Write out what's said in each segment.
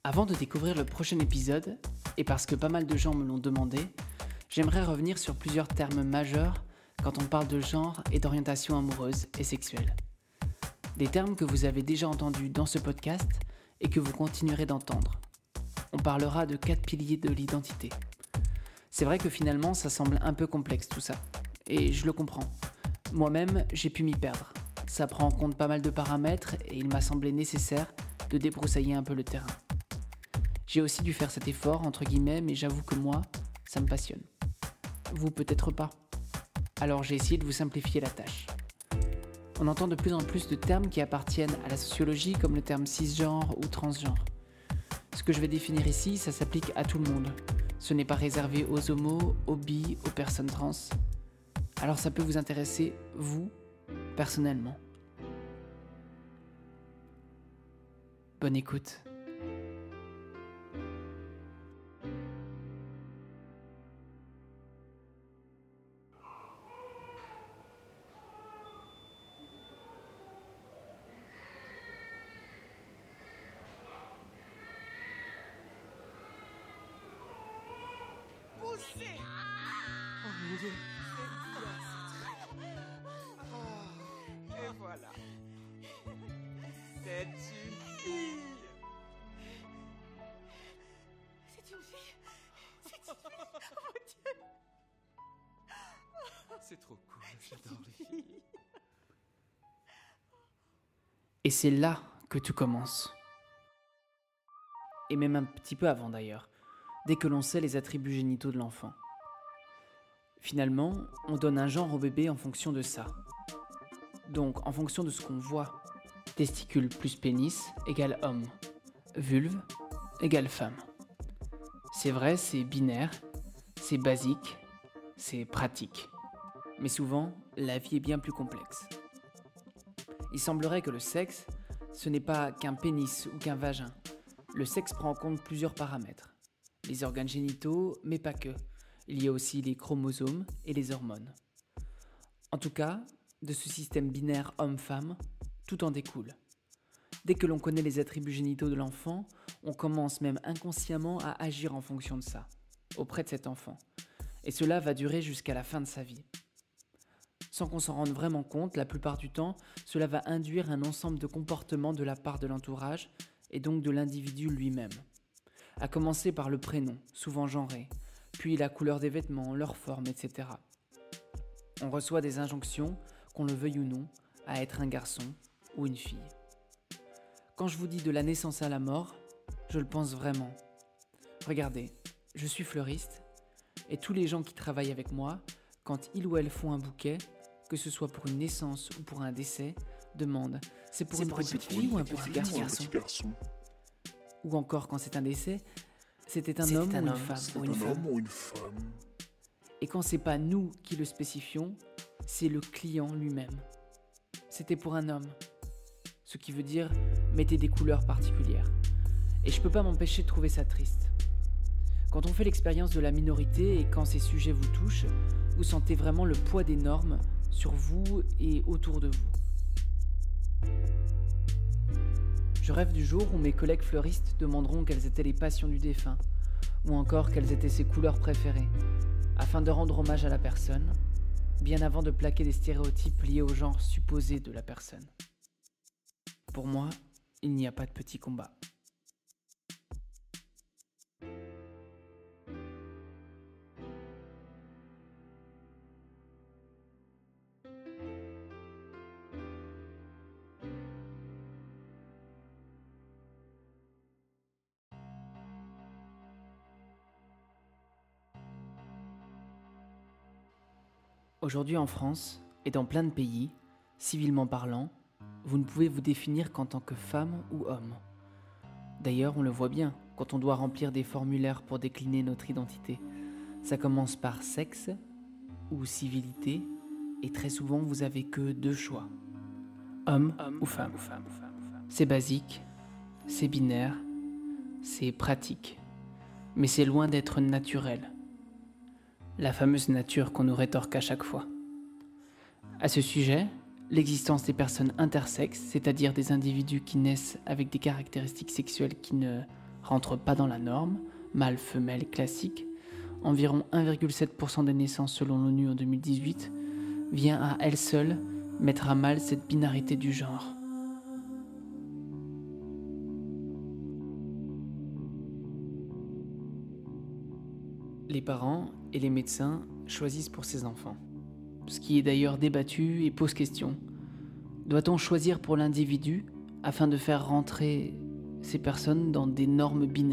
Avant de découvrir le prochain épisode, et parce que pas mal de gens me l'ont demandé, j'aimerais revenir sur plusieurs termes majeurs quand on parle de genre et d'orientation amoureuse et sexuelle. Des termes que vous avez déjà entendus dans ce podcast et que vous continuerez d'entendre. On parlera de 4 piliers de l'identité. C'est vrai que finalement, ça semble un peu complexe tout ça, et je le comprends. Moi-même, j'ai pu m'y perdre. Ça prend en compte pas mal de paramètres et il m'a semblé nécessaire de débroussailler un peu le terrain. J'ai aussi dû faire cet effort, entre guillemets, mais j'avoue que moi, ça me passionne. Vous peut-être pas. Alors j'ai essayé de vous simplifier la tâche. On entend de plus en plus de termes qui appartiennent à la sociologie, comme le terme cisgenre ou transgenre. Ce que je vais définir ici, ça s'applique à tout le monde. Ce n'est pas réservé aux homos, aux bi, aux personnes trans. Alors ça peut vous intéresser, vous, personnellement. Bonne écoute. Poussez! Oh mon Dieu! Et voilà. C'est une fille! C'est une fille? C'est une fille? Oh mon Dieu! C'est trop cool, j'adore les filles. Et c'est là que tout commence. Et même un petit peu avant d'ailleurs, dès que l'on sait les attributs génitaux de l'enfant. Finalement, on donne un genre au bébé en fonction de ça. Donc, en fonction de ce qu'on voit. Testicule plus pénis égale homme. Vulve égale femme. C'est vrai, c'est binaire, c'est basique, c'est pratique. Mais souvent, la vie est bien plus complexe. Il semblerait que le sexe, ce n'est pas qu'un pénis ou qu'un vagin. Le sexe prend en compte plusieurs paramètres. Les organes génitaux, mais pas que. Il y a aussi les chromosomes et les hormones. En tout cas, de ce système binaire homme-femme, tout en découle. Dès que l'on connaît les attributs génitaux de l'enfant, on commence même inconsciemment à agir en fonction de ça, auprès de cet enfant. Et cela va durer jusqu'à la fin de sa vie. Sans qu'on s'en rende vraiment compte, la plupart du temps, cela va induire un ensemble de comportements de la part de l'entourage et donc de l'individu lui-même. À commencer par le prénom, souvent genré, puis la couleur des vêtements, leur forme, etc. On reçoit des injonctions, qu'on le veuille ou non, à être un garçon ou une fille. Quand je vous dis de la naissance à la mort, je le pense vraiment. Regardez, je suis fleuriste, et tous les gens qui travaillent avec moi, quand ils ou elles font un bouquet, que ce soit pour une naissance ou pour un décès, demandent « c'est pour une petite fille ou un petit garçon ?» Ou encore quand c'est un décès, c'était un homme ou une femme. Et quand c'est pas nous qui le spécifions, c'est le client lui-même. C'était pour un homme. Ce qui veut dire mettez des couleurs particulières. Et je peux pas m'empêcher de trouver ça triste. Quand on fait l'expérience de la minorité et quand ces sujets vous touchent, vous sentez vraiment le poids des normes sur vous et autour de vous. Je rêve du jour où mes collègues fleuristes demanderont quelles étaient les passions du défunt, ou encore quelles étaient ses couleurs préférées, afin de rendre hommage à la personne, bien avant de plaquer des stéréotypes liés au genre supposé de la personne. Pour moi, il n'y a pas de petit combat. Aujourd'hui en France, et dans plein de pays, civilement parlant, vous ne pouvez vous définir qu'en tant que femme ou homme. D'ailleurs, on le voit bien quand on doit remplir des formulaires pour décliner notre identité. Ça commence par sexe ou civilité, et très souvent vous avez que 2 choix. Homme ou femme. C'est basique, c'est binaire, c'est pratique, mais c'est loin d'être naturel. La fameuse nature qu'on nous rétorque à chaque fois. À ce sujet, l'existence des personnes intersexes, c'est-à-dire des individus qui naissent avec des caractéristiques sexuelles qui ne rentre pas dans la norme, mâle-femelle classique, environ 1,7% des naissances selon l'ONU en 2018, vient à elle seule mettre à mal cette binarité du genre. Les parents et les médecins choisissent pour ces enfants, ce qui est d'ailleurs débattu et pose question. Doit-on choisir pour l'individu afin de faire rentrer ces personnes dans des normes binaires ?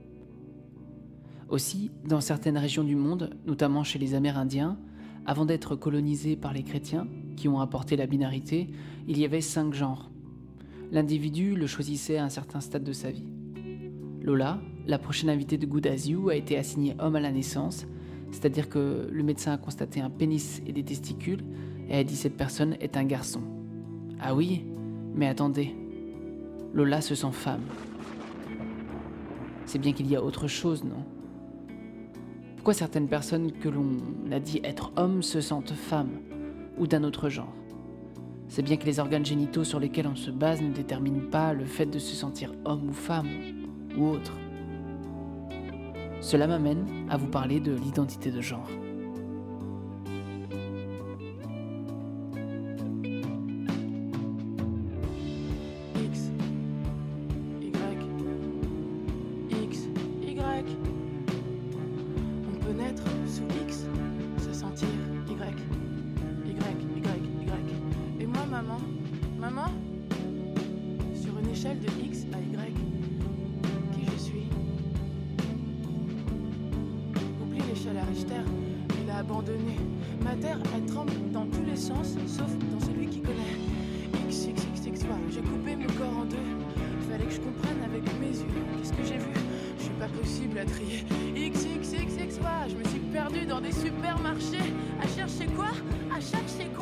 Aussi, dans certaines régions du monde, notamment chez les Amérindiens, avant d'être colonisés par les chrétiens, qui ont apporté la binarité, il y avait 5 genres. L'individu le choisissait à un certain stade de sa vie. Lola, la prochaine invitée de Good As You, a été assignée homme à la naissance, c'est-à-dire que le médecin a constaté un pénis et des testicules et a dit cette personne est un garçon. Ah oui, mais attendez, Lola se sent femme. C'est bien qu'il y a autre chose, non ? Pourquoi certaines personnes que l'on a dit être hommes se sentent femmes ou d'un autre genre ? C'est bien que les organes génitaux sur lesquels on se base ne déterminent pas le fait de se sentir homme ou femme ou autre. Cela m'amène à vous parler de l'identité de genre. X, Y, X, Y. On peut naître sous X, se sentir Y, Y, Y, Y. Et moi, maman, sur une échelle de X à Y, qui je suis ? Oublie l'échelle à Richter, il a abandonné. Ma terre, elle tremble dans tous les sens, sauf dans celui qui connaît. X, X, X, X, Y. J'ai coupé mon corps en deux. Il fallait que je comprenne avec mes yeux. Qu'est-ce que j'ai vu ? Je suis pas possible à trier. X, X, X, X, Y. Je me suis perdue dans des supermarchés. À chercher quoi ? À chercher quoi ?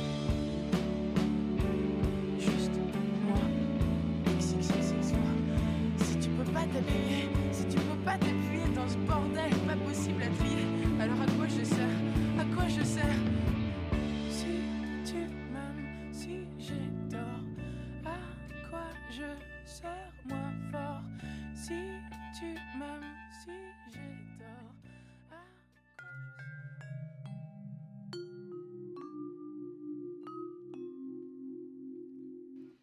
Juste moi. X, X, X, X, Y. Si tu peux pas t'habiller, si tu peux pas t'appuyer dans ce bordel, pas possible à trier. Alors à quoi je sers ? À quoi je sers ? Si tu m'aimes, si j'ai tort, à quoi je sers, moi fort ? Si tu m'aimes, si j'ai tort, à quoi je sers ?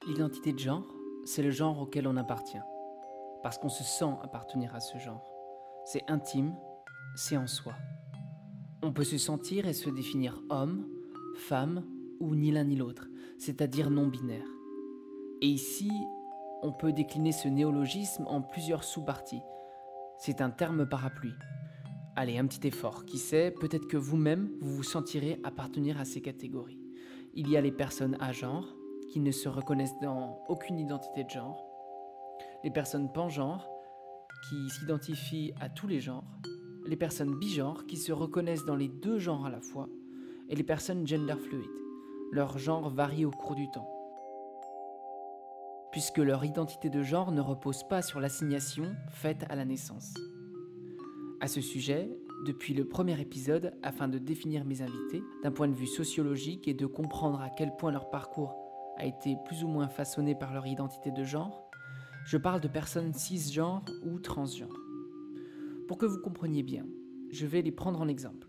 L'identité de genre, c'est le genre auquel on appartient, parce qu'on se sent appartenir à ce genre. C'est intime, c'est en soi. On peut se sentir et se définir homme, femme ou ni l'un ni l'autre, c'est-à-dire non-binaire. Et ici, on peut décliner ce néologisme en plusieurs sous-parties. C'est un terme parapluie. Allez, un petit effort. Qui sait, peut-être que vous-même, vous vous sentirez appartenir à ces catégories. Il y a les personnes agenres, qui ne se reconnaissent dans aucune identité de genre. Les personnes pangenres, qui s'identifient à tous les genres. Les personnes bigenres, qui se reconnaissent dans les deux genres à la fois. Et les personnes gender fluid. Leur genre varie au cours du temps, puisque leur identité de genre ne repose pas sur l'assignation faite à la naissance. À ce sujet, depuis le premier épisode, afin de définir mes invités d'un point de vue sociologique et de comprendre à quel point leur parcours a été plus ou moins façonné par leur identité de genre, je parle de personnes cisgenres ou transgenres. Pour que vous compreniez bien, je vais les prendre en exemple.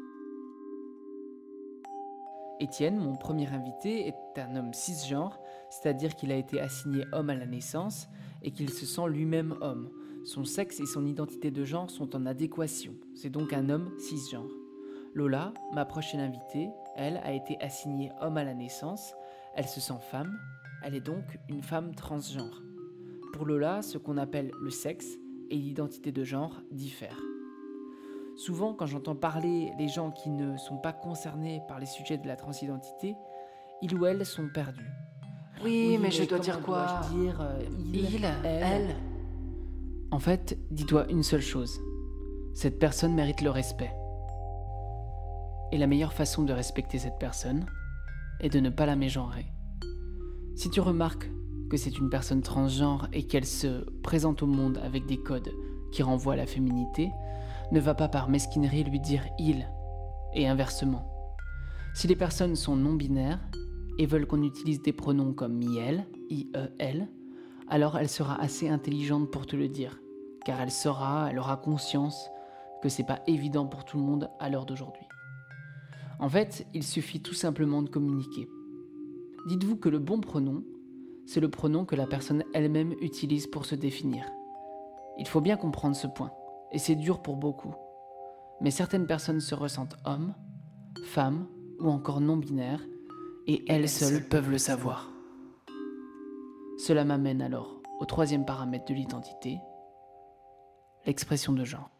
Étienne, mon premier invité, est un homme cisgenre, c'est-à-dire qu'il a été assigné homme à la naissance et qu'il se sent lui-même homme. Son sexe et son identité de genre sont en adéquation, c'est donc un homme cisgenre. Lola, ma prochaine invitée, elle a été assignée homme à la naissance, elle se sent femme, elle est donc une femme transgenre. Pour Lola, ce qu'on appelle le sexe et l'identité de genre diffèrent. Souvent, quand j'entends parler les gens qui ne sont pas concernés par les sujets de la transidentité, ils ou elles sont perdus. Oui, mais je dois dire quoi ? Il, elle. En fait, dis-toi une seule chose. Cette personne mérite le respect. Et la meilleure façon de respecter cette personne est de ne pas la mégenrer. Si tu remarques que c'est une personne transgenre et qu'elle se présente au monde avec des codes qui renvoient à la féminité, ne va pas par mesquinerie lui dire « il » et inversement. Si les personnes sont non-binaires et veulent qu'on utilise des pronoms comme « il », « il », alors elle sera assez intelligente pour te le dire, car elle aura conscience que c'est pas évident pour tout le monde à l'heure d'aujourd'hui. En fait, il suffit tout simplement de communiquer. Dites-vous que le bon pronom, c'est le pronom que la personne elle-même utilise pour se définir. Il faut bien comprendre ce point, et c'est dur pour beaucoup. Mais certaines personnes se ressentent hommes, femmes ou encore non-binaires, et elles seules peuvent le savoir. Cela m'amène alors au troisième paramètre de l'identité, l'expression de genre.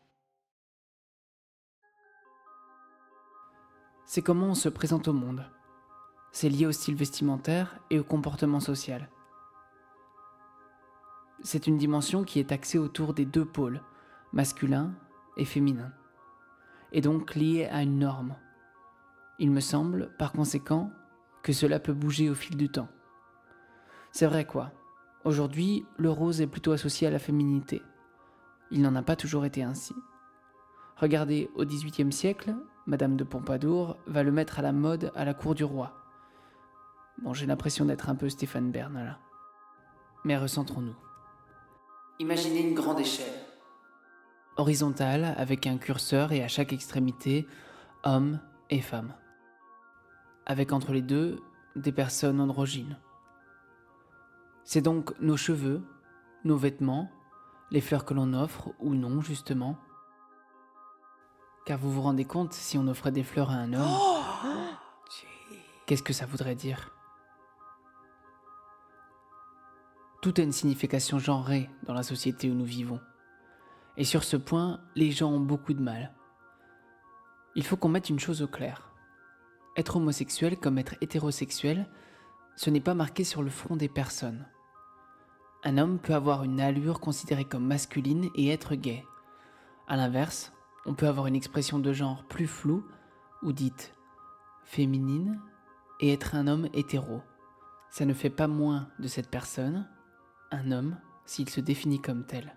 C'est comment on se présente au monde. C'est lié au style vestimentaire et au comportement social. C'est une dimension qui est axée autour des deux pôles, masculin et féminin, et donc liée à une norme. Il me semble, par conséquent, que cela peut bouger au fil du temps. C'est vrai quoi, aujourd'hui, le rose est plutôt associé à la féminité. Il n'en a pas toujours été ainsi. Regardez, au XVIIIe siècle, Madame de Pompadour va le mettre à la mode à la cour du roi. Bon, j'ai l'impression d'être un peu Stéphane Bern là. Mais recentrons-nous. Imaginez une grande échelle. Horizontale, avec un curseur et à chaque extrémité, hommes et femmes. Avec entre les deux, des personnes androgynes. C'est donc nos cheveux, nos vêtements, les fleurs que l'on offre ou non justement. Car vous vous rendez compte, si on offrait des fleurs à un homme, qu'est-ce que ça voudrait dire ? Tout a une signification genrée dans la société où nous vivons. Et sur ce point, les gens ont beaucoup de mal. Il faut qu'on mette une chose au clair. Être homosexuel comme être hétérosexuel, ce n'est pas marqué sur le front des personnes. Un homme peut avoir une allure considérée comme masculine et être gay. À l'inverse, on peut avoir une expression de genre plus floue ou dite féminine et être un homme hétéro. Ça ne fait pas moins de cette personne un homme s'il se définit comme tel.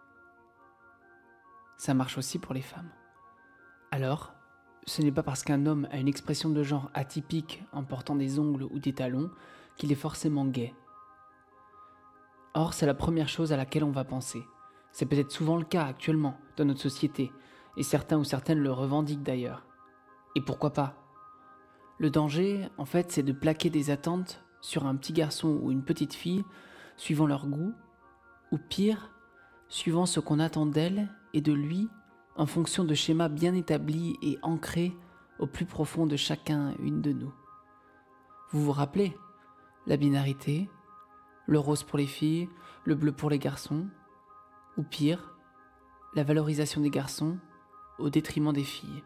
Ça marche aussi pour les femmes. Alors, ce n'est pas parce qu'un homme a une expression de genre atypique en portant des ongles ou des talons qu'il est forcément gay. Or, c'est la première chose à laquelle on va penser. C'est peut-être souvent le cas actuellement dans notre société, et certains ou certaines le revendiquent d'ailleurs. Et pourquoi pas ? Le danger, en fait, c'est de plaquer des attentes sur un petit garçon ou une petite fille suivant leur goût, ou pire, suivant ce qu'on attend d'elle et de lui en fonction de schémas bien établis et ancrés au plus profond de chacun et une de nous. Vous vous rappelez ? La binarité, le rose pour les filles, le bleu pour les garçons, ou pire, la valorisation des garçons au détriment des filles.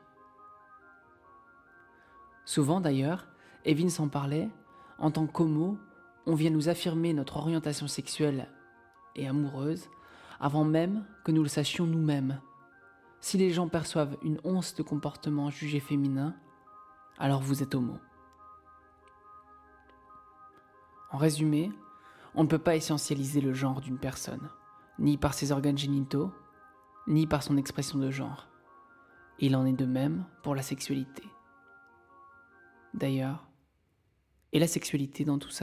Souvent d'ailleurs, Evin s'en parlait, en tant qu'homo, on vient nous affirmer notre orientation sexuelle et amoureuse avant même que nous le sachions nous-mêmes. Si les gens perçoivent une once de comportement jugé féminin, alors vous êtes homo. En résumé, on ne peut pas essentialiser le genre d'une personne, ni par ses organes génitaux, ni par son expression de genre. Il en est de même pour la sexualité. D'ailleurs, et la sexualité dans tout ça ?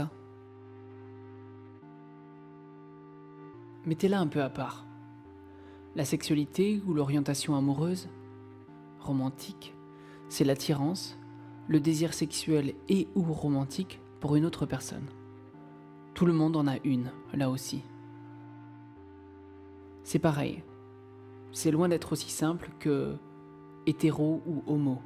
Mettez-la un peu à part. La sexualité ou l'orientation amoureuse, romantique, c'est l'attirance, le désir sexuel et ou romantique pour une autre personne. Tout le monde en a une, là aussi. C'est pareil. C'est loin d'être aussi simple que hétéro ou homo.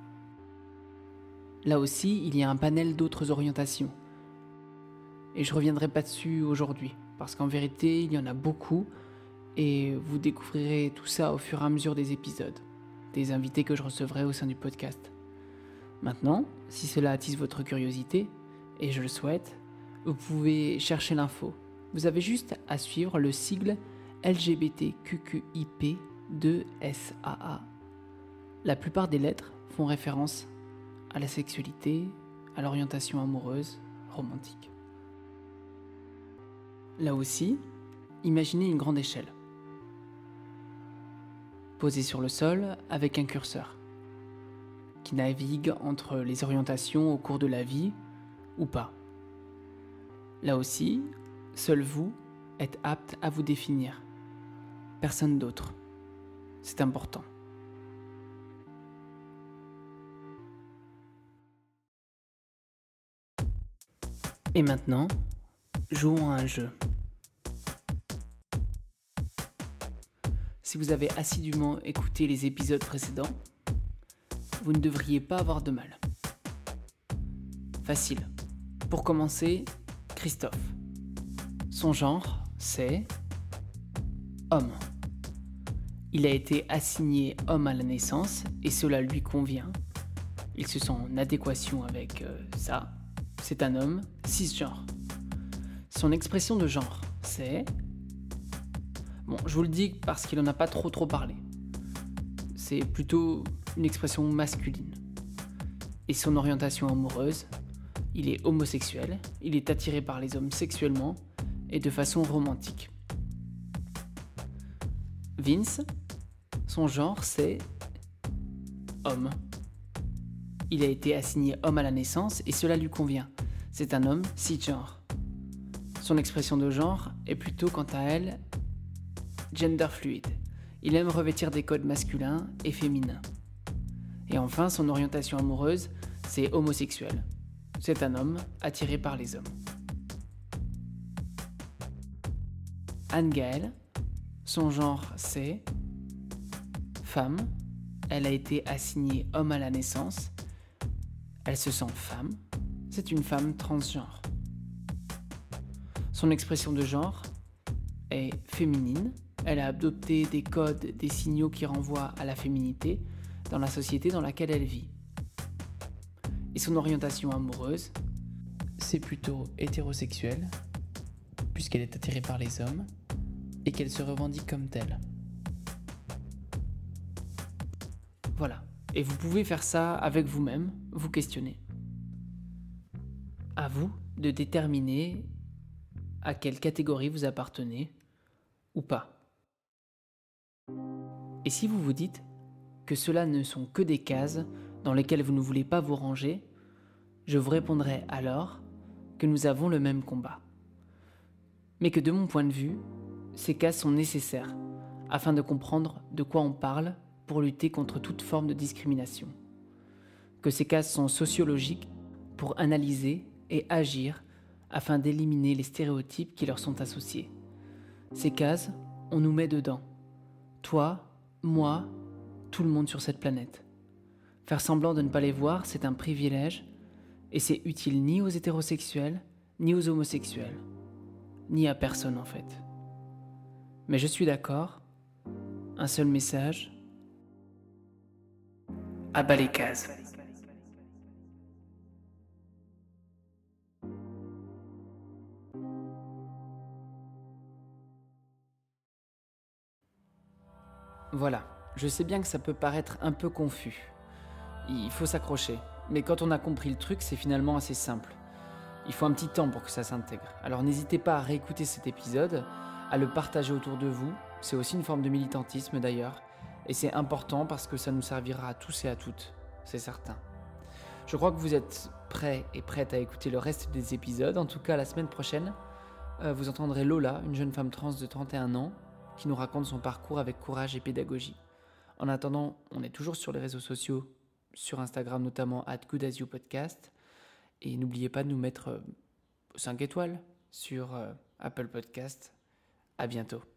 Là aussi, il y a un panel d'autres orientations. Et je reviendrai pas dessus aujourd'hui, parce qu'en vérité, il y en a beaucoup, et vous découvrirez tout ça au fur et à mesure des épisodes, des invités que je recevrai au sein du podcast. Maintenant, si cela attise votre curiosité, et je le souhaite, vous pouvez chercher l'info. Vous avez juste à suivre le sigle LGBTQIP2SAA. La plupart des lettres font référence à la sexualité, à l'orientation amoureuse, romantique. Là aussi, imaginez une grande échelle. Posée sur le sol avec un curseur, qui navigue entre les orientations au cours de la vie ou pas. Là aussi, seul vous est apte à vous définir. Personne d'autre. C'est important. Et maintenant, jouons à un jeu. Si vous avez assidûment écouté les épisodes précédents, vous ne devriez pas avoir de mal. Facile. Pour commencer, Christophe. Son genre, c'est homme. Il a été assigné homme à la naissance et cela lui convient. Il se sent en adéquation avec ça. C'est un homme cisgenre. Son expression de genre, c'est... Bon, je vous le dis parce qu'il n'en a pas trop parlé. C'est plutôt une expression masculine. Et son orientation amoureuse, il est homosexuel, il est attiré par les hommes sexuellement et de façon romantique. Vince, son genre c'est homme. Il a été assigné homme à la naissance et cela lui convient. C'est un homme cisgenre. Son expression de genre est plutôt quant à elle gender fluide. Il aime revêtir des codes masculins et féminins. Et enfin, son orientation amoureuse, c'est homosexuel. C'est un homme attiré par les hommes. Anne-Gaëlle, son genre c'est femme. Elle a été assignée homme à la naissance. Elle se sent femme. C'est une femme transgenre. Son expression de genre est féminine. Elle a adopté des codes, des signaux qui renvoient à la féminité dans la société dans laquelle elle vit. Et son orientation amoureuse, c'est plutôt hétérosexuel, puisqu'elle est attirée par les hommes et qu'elle se revendique comme telle. Voilà. Et vous pouvez faire ça avec vous-même, vous questionner. À vous de déterminer à quelle catégorie vous appartenez ou pas. Et si vous vous dites que cela ne sont que des cases dans lesquelles vous ne voulez pas vous ranger, je vous répondrai alors que nous avons le même combat. Mais que de mon point de vue, ces cases sont nécessaires afin de comprendre de quoi on parle pour lutter contre toute forme de discrimination. Que ces cases sont sociologiques pour analyser et agir afin d'éliminer les stéréotypes qui leur sont associés. Ces cases, on nous met dedans. Toi, moi, tout le monde sur cette planète. Faire semblant de ne pas les voir, c'est un privilège et c'est utile ni aux hétérosexuels, ni aux homosexuels, ni à personne en fait. Mais je suis d'accord, un seul message, à bas les cases. Voilà, je sais bien que ça peut paraître un peu confus. Il faut s'accrocher. Mais quand on a compris le truc, c'est finalement assez simple. Il faut un petit temps pour que ça s'intègre. Alors n'hésitez pas à réécouter cet épisode, à le partager autour de vous. C'est aussi une forme de militantisme d'ailleurs. Et c'est important parce que ça nous servira à tous et à toutes, c'est certain. Je crois que vous êtes prêts et prêtes à écouter le reste des épisodes. En tout cas, la semaine prochaine, vous entendrez Lola, une jeune femme trans de 31 ans, qui nous raconte son parcours avec courage et pédagogie. En attendant, on est toujours sur les réseaux sociaux, sur Instagram notamment @GoodAsYouPodcast. Et n'oubliez pas de nous mettre 5 étoiles sur Apple Podcast. À bientôt.